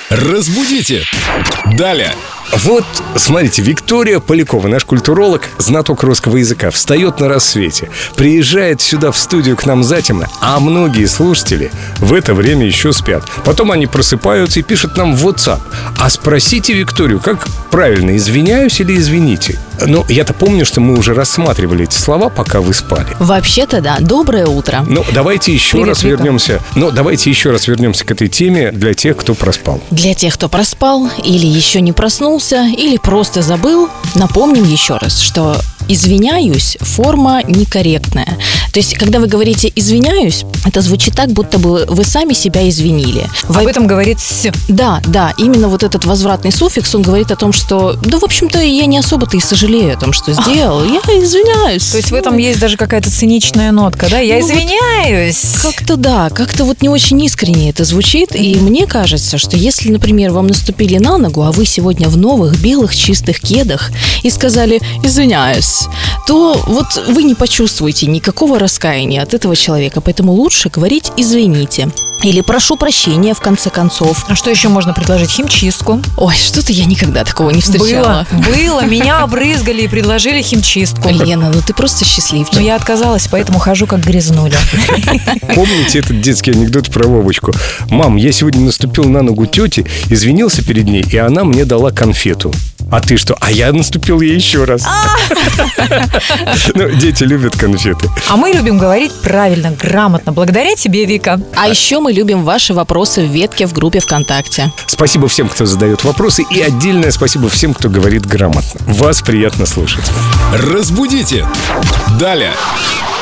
Разбудите! Далее! Вот, смотрите, Виктория Полякова, наш культуролог, знаток русского языка, встает на рассвете, приезжает сюда в студию к нам затемно, а многие слушатели в это время еще спят. Потом они просыпаются и пишут нам в WhatsApp. А спросите Викторию, как правильно, извиняюсь или извините? Ну, я-то помню, что мы уже рассматривали эти слова, пока вы спали. Вообще-то да. Доброе утро. Ну, давайте еще раз вернемся. Давайте еще раз вернемся к этой теме для тех, кто проспал. Для тех, кто проспал или еще не проснулся, или просто забыл, напомним еще раз, что «извиняюсь» — форма некорректная. То есть, когда вы говорите «извиняюсь», это звучит так, будто бы вы сами себя извинили. Об этом говорит «с». Да, именно вот этот возвратный суффикс, он говорит о том, что, да, в общем-то, я не особо-то и сожалею о том, что сделал. Я извиняюсь. То есть в этом есть даже какая-то циничная нотка, да? Я извиняюсь. Как-то вот не очень искренне это звучит. И мне кажется, что если, например, вам наступили на ногу, а вы сегодня в новых белых чистых кедах и сказали «извиняюсь», то вот вы не почувствуете никакого раскаяния от этого человека. Поэтому лучше говорить «извините». Или «прошу прощения», в конце концов. А что еще можно предложить? Химчистку. Ой, что-то я никогда такого не встречала. Было. Меня обрызгали и предложили химчистку. Лена, ну ты просто счастливчик. Но я отказалась, поэтому хожу как грязнуля. Помните этот детский анекдот про Вовочку? «Мам, я сегодня наступил на ногу тети, извинился перед ней, и она мне дала конфету». А ты что? А я наступил ей еще раз. Ну, дети любят конфеты. А мы любим говорить правильно, грамотно. Благодаря тебе, Вика. А еще мы любим ваши вопросы в ветке в группе ВКонтакте. Спасибо всем, кто задает вопросы, и отдельное спасибо всем, кто говорит грамотно. Вас приятно слушать. Разбудите! Далее!